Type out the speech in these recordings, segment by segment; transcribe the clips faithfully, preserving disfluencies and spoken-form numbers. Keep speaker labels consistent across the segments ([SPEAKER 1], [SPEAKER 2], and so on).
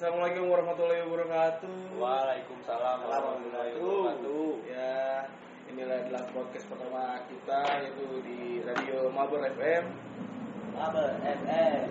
[SPEAKER 1] Assalamualaikum warahmatullahi wabarakatuh.
[SPEAKER 2] Waalaikumsalam warahmatullahi wabarakatuh.
[SPEAKER 1] Ya, inilah adalah podcast pertama kita yaitu di radio Mabar F M.
[SPEAKER 2] Mabar F M.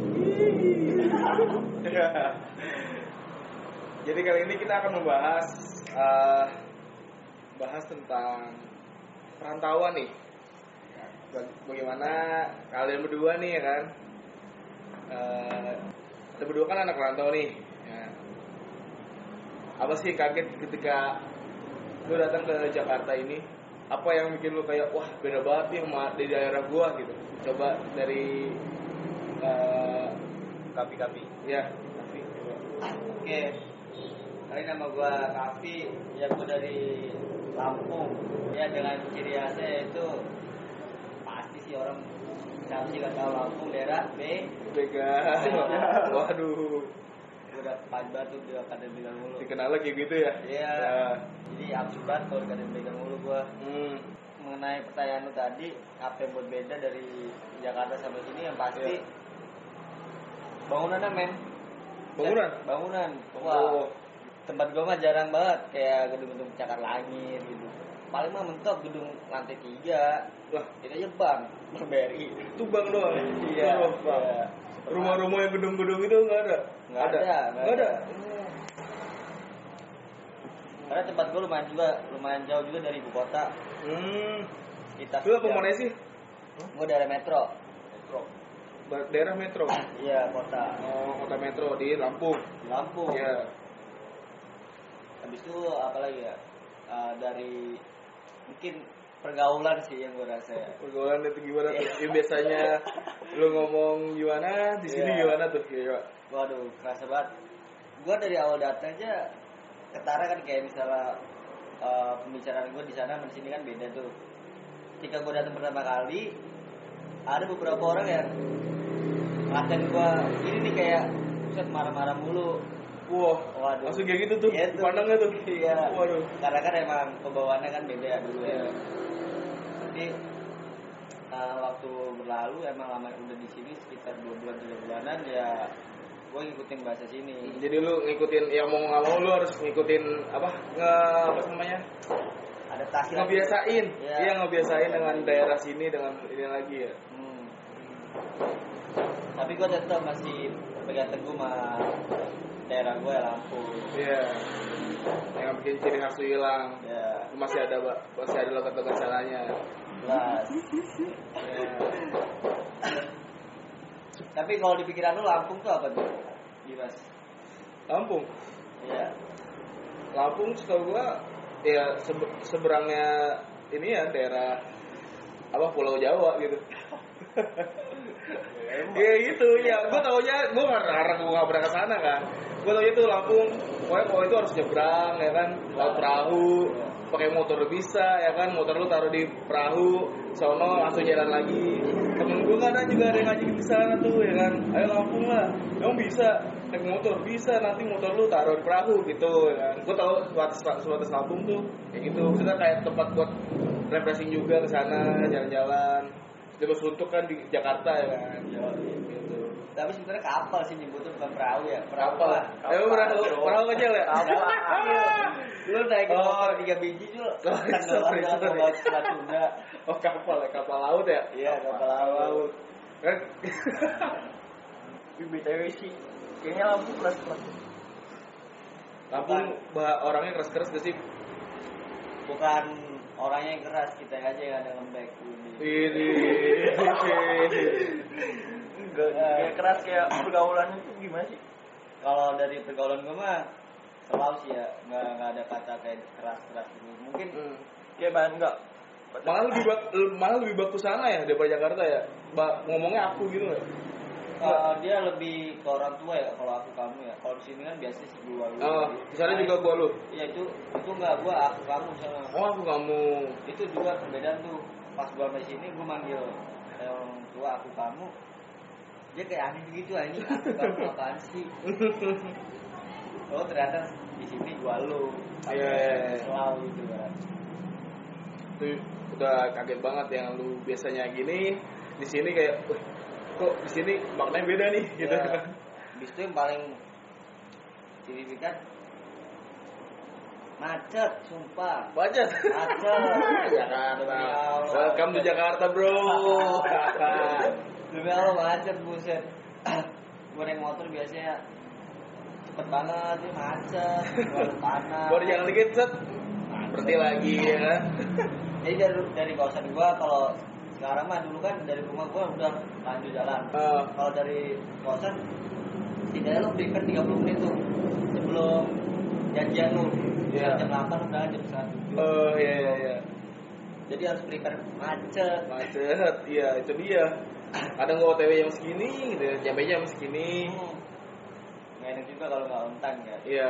[SPEAKER 1] Jadi kali ini kita akan membahas uh, bahas tentang perantauan nih. Bagaimana kalian berdua nih ya kan? Uh, kita berdua kan anak rantau nih. Ya. Apa sih kaget ketika lu datang ke Jakarta ini? Apa yang bikin lu kayak wah beda banget nih sama di daerah gua gitu? Coba dari uh,
[SPEAKER 2] Kapi-kapi.
[SPEAKER 1] Ya, Kapi.
[SPEAKER 2] Oke. Kali nama gua Kapi, ya gua dari Lampung. Ya dengan ciri khasnya itu pasti sih orang pasti nggak tahu Lampung daerah B.
[SPEAKER 1] Begal. Waduh.
[SPEAKER 2] Udah panjang tuh di Kaden Begal mulu.
[SPEAKER 1] Dikenal lagi gitu ya?
[SPEAKER 2] Iya. Ya. Jadi absurd banget kalau di Kaden Begal mulu gua. Hmm. Mengenai pertanyaan lu tadi, apa yang buat beda dari Jakarta sampai sini? Yang pasti ya. Bangunannya men.
[SPEAKER 1] Bangunan?
[SPEAKER 2] Ya, bangunan. Wah.
[SPEAKER 1] Oh.
[SPEAKER 2] Tempat gua mah jarang banget kayak gedung-gedung cakar langit gitu. Paling mah mentok gedung lantai tiga. Lah, itu aja bang, B R I.
[SPEAKER 1] Itu bang doang.
[SPEAKER 2] Iya.
[SPEAKER 1] Iya. Rumah-rumah yang gedung-gedung itu enggak ada.
[SPEAKER 2] Enggak ada.
[SPEAKER 1] Enggak ada.
[SPEAKER 2] Karena tempat gua lumayan juga, lumayan jauh juga dari ibu kota.
[SPEAKER 1] Hmm.
[SPEAKER 2] Kita
[SPEAKER 1] Lu apa mana sih?
[SPEAKER 2] Gua daerah metro.
[SPEAKER 1] Metro. Daerah metro.
[SPEAKER 2] Iya, kota.
[SPEAKER 1] Oh, kota metro di Lampung.
[SPEAKER 2] Di Lampung.
[SPEAKER 1] Iya.
[SPEAKER 2] Habis itu apa lagi ya? Uh, dari mungkin pergaulan sih yang gue rasa ya.
[SPEAKER 1] Pergaulan itu gimana tuh? Ya, biasanya lu ngomong gimana, di sini yeah. Gimana tuh? Kayak
[SPEAKER 2] waduh, kerasa banget. Gue dari awal datang aja ketara kan kayak misalnya uh, pembicaraan gue di sana sama di sini kan beda tuh. Ketika gue datang pertama kali, ada beberapa orang yang ngatain gue ini nih kayak buset marah-marah mulu.
[SPEAKER 1] Wah,
[SPEAKER 2] waduh.
[SPEAKER 1] Langsung kayak gitu tuh,
[SPEAKER 2] ya,
[SPEAKER 1] pandangnya tuh.
[SPEAKER 2] Iya.
[SPEAKER 1] Waduh.
[SPEAKER 2] Karena kan emang pembawaannya kan beda ya dulu ya. Jadi uh, waktu berlalu emang lama udah di sini sekitar dua bulan tiga bulanan ya, gue ngikutin bahasa sini.
[SPEAKER 1] Jadi lu ngikutin ya mau nggak mau lu harus ngikutin apa nge apa namanya?
[SPEAKER 2] Adaptasi.
[SPEAKER 1] Ngebiasain.
[SPEAKER 2] Iya,
[SPEAKER 1] ya, ngebiasain dengan daerah sini dengan ini lagi ya.
[SPEAKER 2] Hmm. Tapi gue tetap masih pegang teguh sama daerah gue Lampung.
[SPEAKER 1] Iya. Yang bikin ciri khas lu hilang.
[SPEAKER 2] Iya.
[SPEAKER 1] Masih ada masih ada logat-logat salahnya.
[SPEAKER 2] Jelas. Ya. Tapi kalau di pikiran lu Lampung tuh apa tuh? Dimas.
[SPEAKER 1] Lampung.
[SPEAKER 2] Iya.
[SPEAKER 1] Lampung setahu gua ya seberangnya ini ya daerah apa Pulau Jawa gitu. Iya gitu ya. Gua taunya gua enggak ngarang gua enggak pernah ke sana kan. Gua taunya tuh Lampung, pokoknya kalau itu harus nyebrang ya kan, laut perahu, pakai motor bisa ya kan, motor lu taruh di perahu, sono langsung jalan lagi. Temen gua kan ada juga ada yang ngajakin di sana tuh ya kan. Ayo Lampung lah. Emang bisa naik motor bisa, nanti motor lu taruh di perahu gitu ya kan. Gua tahu sebatas sebatas Lampung tuh kayak gitu. Maksudnya kayak tempat buat refreshing juga ke sana, jalan-jalan. Terus untuk kan di Jakarta ya kan.
[SPEAKER 2] Iya gitu. Tapi sebenarnya kapal sih nyebutnya bukan perahu ya. Perahu
[SPEAKER 1] lah. Eh perahu, perahu kecil ya.
[SPEAKER 2] Lu naik oh. motor tiga biji tuh.
[SPEAKER 1] Oh, sorry, sorry.
[SPEAKER 2] Selat Sunda.
[SPEAKER 1] Oh kapal ya, kapal laut ya.
[SPEAKER 2] Iya kapal laut.
[SPEAKER 1] Kan.
[SPEAKER 2] B T W sih. Kayaknya Lampung keras-keras.
[SPEAKER 1] Lampung bah, orangnya keras-keras gak sih?
[SPEAKER 2] Bukan orangnya yang keras, kita aja yang ada lembek.
[SPEAKER 1] Ini.
[SPEAKER 2] Gak keras kayak pergaulannya itu gimana sih? Kalau dari pergaulan gue mah selalu sih ya, nggak nggak ada kata kayak keras-keras gitu. Mungkin hmm. kayak bahan enggak.
[SPEAKER 1] Malah lebih bak, malah lebih bagus sana ya daripada Jakarta ya. Ba, ngomongnya aku gitu ya.
[SPEAKER 2] Uh, dia lebih ke orang tua ya, kalau aku kamu ya. Kalau di sini kan biasanya si gua lu.
[SPEAKER 1] Oh, di sana juga gua lu.
[SPEAKER 2] Iya itu itu enggak gua aku kamu sama.
[SPEAKER 1] Oh, aku kamu.
[SPEAKER 2] Itu juga perbedaan tuh. Pas gua di sini gua manggil orang tua aku kamu. Dia kayak aneh begitu ini aku kamu apaan sih? Oh, ternyata di sini gua lu.
[SPEAKER 1] Iya, yeah.
[SPEAKER 2] Selalu gitu kan.
[SPEAKER 1] Tuh udah kaget banget yang lu biasanya gini, di sini kayak kok di sini maknanya beda nih gitu.
[SPEAKER 2] Ya, habis itu yang paling Signifikan macet, sumpah.
[SPEAKER 1] Macet.
[SPEAKER 2] Macet.
[SPEAKER 1] Jakarta. Welcome to Jakarta, bro.
[SPEAKER 2] Demi Allah macet, buset. Gue naik motor biasanya cepet banget, ini macet, baru tanah.
[SPEAKER 1] Baru jalan dikit, set. Berhenti lagi ya kan.
[SPEAKER 2] Jadi dari dari kawasan gue, kalau sekarang mah dulu kan dari rumah gue udah lanjut jalan.
[SPEAKER 1] Uh.
[SPEAKER 2] Kalau dari kawasan tidaknya lo prepare tiga puluh menit tuh sebelum janjian lu.
[SPEAKER 1] Yeah.
[SPEAKER 2] Jam delapan udah jam setengah tujuh.
[SPEAKER 1] Oh iya iya iya.
[SPEAKER 2] Jadi harus prepare macet.
[SPEAKER 1] Macet, iya itu dia. Kadang gua O T W jam segini, gitu, nyampe jam segini.
[SPEAKER 2] Nggak enak juga kalau nggak on time ya.
[SPEAKER 1] Iya.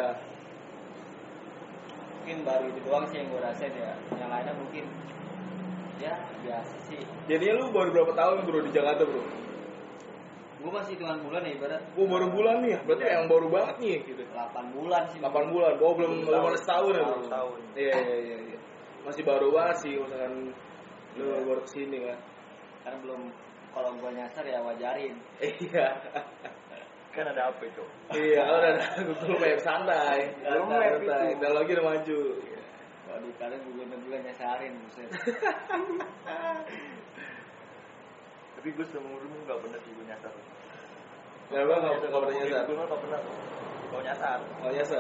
[SPEAKER 2] Mungkin baru itu doang sih yang gue rasain ya. Yang lainnya mungkin ya biasa sih.
[SPEAKER 1] Jadinya lu baru berapa tahun bro di Jakarta bro?
[SPEAKER 2] Gue masih hitungan bulan ya ibarat.
[SPEAKER 1] Oh baru bulan nih ya? Berarti
[SPEAKER 2] Ya.
[SPEAKER 1] yang baru banget nih gitu.
[SPEAKER 2] delapan bulan sih.
[SPEAKER 1] delapan bulan. Oh belum belum ada setahun ya bro?
[SPEAKER 2] Setahun.
[SPEAKER 1] Iya iya iya iya. Masih baru banget sih misalkan lu
[SPEAKER 2] Iya.
[SPEAKER 1] baru kesini kan.
[SPEAKER 2] Karena belum, kalau gue nyasar ya wajarin.
[SPEAKER 1] Iya.
[SPEAKER 3] Kan ada apa itu?
[SPEAKER 1] Iya, udah Google Map santai.
[SPEAKER 2] Google
[SPEAKER 1] Santai,
[SPEAKER 2] Map itu.
[SPEAKER 1] santai. Teknologi udah maju.
[SPEAKER 2] Waduh, kadang Google Map juga nyasarin buset.
[SPEAKER 3] Tapi gue seumur hidup nggak pernah sih gue nyasar.
[SPEAKER 1] Kenapa nggak nggak pernah nyasar?
[SPEAKER 3] Gue nggak pernah. Kalau nyasar.
[SPEAKER 1] Oh nyasar.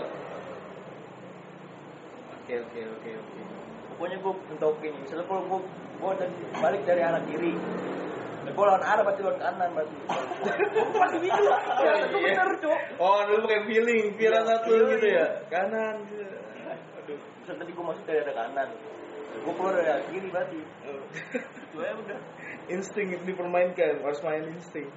[SPEAKER 1] Oke oke oke oke.
[SPEAKER 3] Pokoknya gue mentokin. Misalnya kalau gue gue dari balik dari arah kiri, dan gue lawan arah berarti lawan kanan berarti. Gue pasti gitu lah. Itu bener cok.
[SPEAKER 1] Oh dulu pakai feeling, feeling
[SPEAKER 3] Iya,
[SPEAKER 1] satu
[SPEAKER 3] feeling.
[SPEAKER 1] gitu ya, kanan. Gitu.
[SPEAKER 3] Aduh. Misalnya tadi gue masuk dari arah kanan, gue keluar dari arah kiri berarti.
[SPEAKER 1] Oh.
[SPEAKER 3] Itu aja udah.
[SPEAKER 1] Insting itu dipermainkan, harus main insting.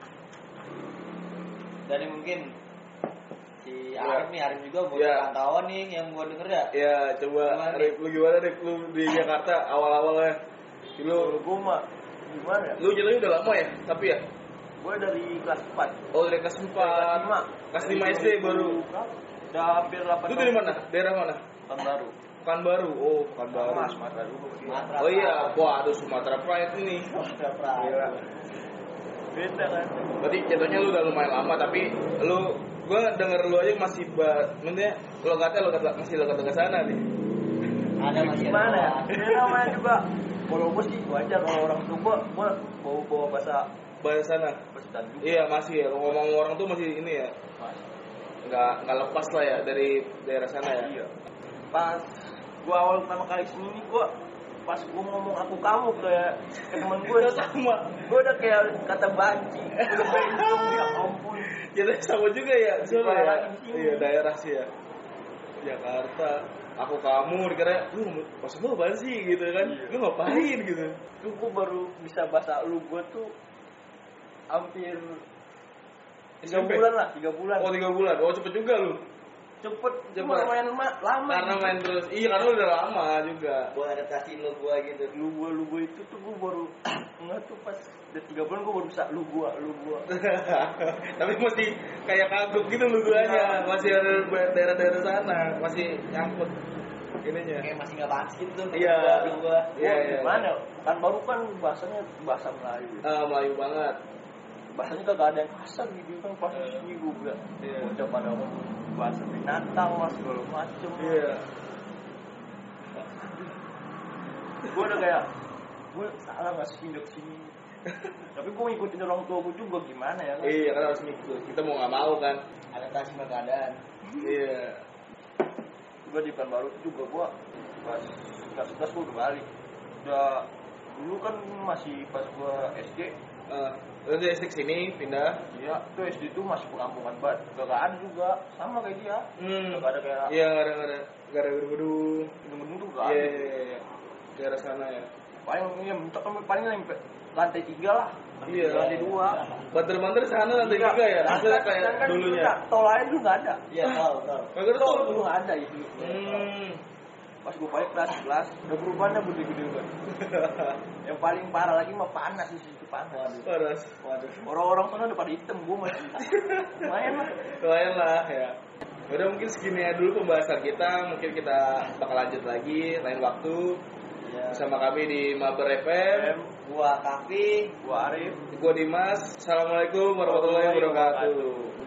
[SPEAKER 2] Dan mungkin si
[SPEAKER 1] Ya.
[SPEAKER 2] Arif nih, Arif juga buat
[SPEAKER 1] Ya.
[SPEAKER 2] pantauan nih yang gue denger ya.
[SPEAKER 1] Ya coba,
[SPEAKER 2] Gimana
[SPEAKER 1] Rip, lu gimana Rip, lu di Jakarta awal-awalnya? Lu,
[SPEAKER 3] Kalau gue mah gimana ya?
[SPEAKER 1] lu jalannya udah lama ya, tapi ya?
[SPEAKER 3] Gue dari kelas empat.
[SPEAKER 1] Oh dari kelas empat,
[SPEAKER 3] lima.
[SPEAKER 1] kelas lima S D baru.
[SPEAKER 3] Udah hampir delapan
[SPEAKER 1] Lu dari mana? Daerah mana?
[SPEAKER 3] Tahun baru.
[SPEAKER 1] Pekanbaru. Oh Pekanbaru.
[SPEAKER 3] Mas, Sumatera dulu.
[SPEAKER 2] Sumatera.
[SPEAKER 1] Oh iya, wah aduh Sumatera Pride ini.
[SPEAKER 2] Sumatera Pride.
[SPEAKER 1] Gila.
[SPEAKER 3] Beda kan.
[SPEAKER 1] Berarti jatuhnya lu udah lumayan lama tapi lu, gua denger lu aja masih ba, maksudnya logatnya logat masih logat ke sana nih.
[SPEAKER 2] Ada masih
[SPEAKER 3] Gimana ya?
[SPEAKER 2] ada.
[SPEAKER 3] Ini namanya juga. Kalau gue sih wajar kalau orang tua gue, gue bawa bawa bahasa
[SPEAKER 1] Bahasa sana.
[SPEAKER 3] bahasa Tanjung.
[SPEAKER 1] Iya masih ya, kalau ngomong orang tuh masih ini ya,
[SPEAKER 3] Mas.
[SPEAKER 1] nggak nggak lepas lah ya dari daerah sana ya.
[SPEAKER 3] Iya. Pas gue awal pertama kali sini nih gue, pas gue ngomong aku kamu kayak ke temen gue,
[SPEAKER 1] Udah sama.
[SPEAKER 3] gue udah kayak kata banci, udah berhitung ya ampun.
[SPEAKER 1] Jadi sama juga ya, soalnya ya.
[SPEAKER 3] Daerah di sini.
[SPEAKER 1] Iya daerah sih ya. Jakarta, aku kamu dikira lu maksud lu apaan sih gitu kan?
[SPEAKER 3] Iya.
[SPEAKER 1] Lu ngapain gitu?
[SPEAKER 3] Tuh gue baru bisa bahasa lu gue tuh hampir tiga
[SPEAKER 1] Sampai?
[SPEAKER 3] bulan lah, tiga bulan.
[SPEAKER 1] Oh tiga bulan, oh cepet juga lu.
[SPEAKER 3] Cepet,
[SPEAKER 1] Cepet.
[SPEAKER 3] cuma main lama, lama.
[SPEAKER 1] Karena
[SPEAKER 3] gitu.
[SPEAKER 1] main terus, iya karena lu udah lama juga.
[SPEAKER 2] Buat adaptasi lo gue gitu.
[SPEAKER 3] Lu gua lu gua itu tuh gua baru enggak tuh pas udah tiga bulan gua baru bisa lu gua lu gua.
[SPEAKER 1] Tapi masih kayak kagok gitu lu guanya, masih ada daerah-daerah sana, masih nyangkut ininya.
[SPEAKER 2] Kayak masih nggak pasti gitu.
[SPEAKER 1] Iya.
[SPEAKER 2] Lu gue.
[SPEAKER 1] Iya, iya.
[SPEAKER 3] Gimana? Kan baru kan bahasanya bahasa Melayu. Gitu.
[SPEAKER 1] Ah, Melayu banget.
[SPEAKER 3] Bahasanya kagak ada yang kasar gitu kan pas di
[SPEAKER 1] Eh.
[SPEAKER 3] sini gua bilang.
[SPEAKER 1] Iya.
[SPEAKER 3] Udah pada ngomong bahasa binatang mas segala macem.
[SPEAKER 1] Iya.
[SPEAKER 3] Gua udah kayak gua salah nggak sih hidup sini. Tapi gua ngikutin orang tua gua juga gimana ya kan?
[SPEAKER 1] Iya, kan harus ngikut. Kita mau nggak mau kan.
[SPEAKER 2] Adaptasi sama keadaan.
[SPEAKER 1] Iya.
[SPEAKER 3] Juga di Pekanbaru juga gua pas kelas sebelas gua udah balik. Udah dulu kan masih pas gua S D.
[SPEAKER 1] Uh, terus dari S D sini pindah.
[SPEAKER 3] Iya, itu S D itu masih pengampungan banget. Gak ada juga, sama kayak dia.
[SPEAKER 1] Hmm.
[SPEAKER 3] Gak ada kayak
[SPEAKER 1] Iya, nggak ada nggak ada nggak ada gedung-gedung.
[SPEAKER 3] gedung-gedung tuh gak
[SPEAKER 1] Iya,
[SPEAKER 3] ada.
[SPEAKER 1] iya, iya, iya. Daerah sana ya.
[SPEAKER 3] Paling ya, mentok kan paling sampai lantai tiga lah. Lantai
[SPEAKER 1] Iya.
[SPEAKER 3] tiga, lantai dua.
[SPEAKER 1] Banter-banter sana nanti
[SPEAKER 3] Iya.
[SPEAKER 1] juga ya. Hasilnya
[SPEAKER 3] Sedangkan-
[SPEAKER 1] kayak
[SPEAKER 3] sedangkan
[SPEAKER 1] dulunya.
[SPEAKER 3] dulu tol lain dulu gak ada.
[SPEAKER 2] Iya, tahu, tahu.
[SPEAKER 1] Kagak ada
[SPEAKER 3] Tol
[SPEAKER 1] tol.
[SPEAKER 3] dulu gak ada itu.
[SPEAKER 1] Hmm.
[SPEAKER 3] Pas gue balik kelas sebelas, udah berubahnya gede-gede banget. Yang paling parah lagi mah panas di situ panas.
[SPEAKER 1] Paras.
[SPEAKER 2] Waduh.
[SPEAKER 3] Orang-orang sana udah pada hitam, gue masih main lah.
[SPEAKER 1] Lumayan lah ya. Udah mungkin segini ya dulu pembahasan kita. Mungkin kita bakal lanjut lagi lain waktu
[SPEAKER 2] Iya.
[SPEAKER 1] bersama kami di Maber F M.
[SPEAKER 2] Gua Kafi.
[SPEAKER 3] Gua Arif.
[SPEAKER 1] Gua Dimas. Assalamualaikum warahmatullahi wabarakatuh.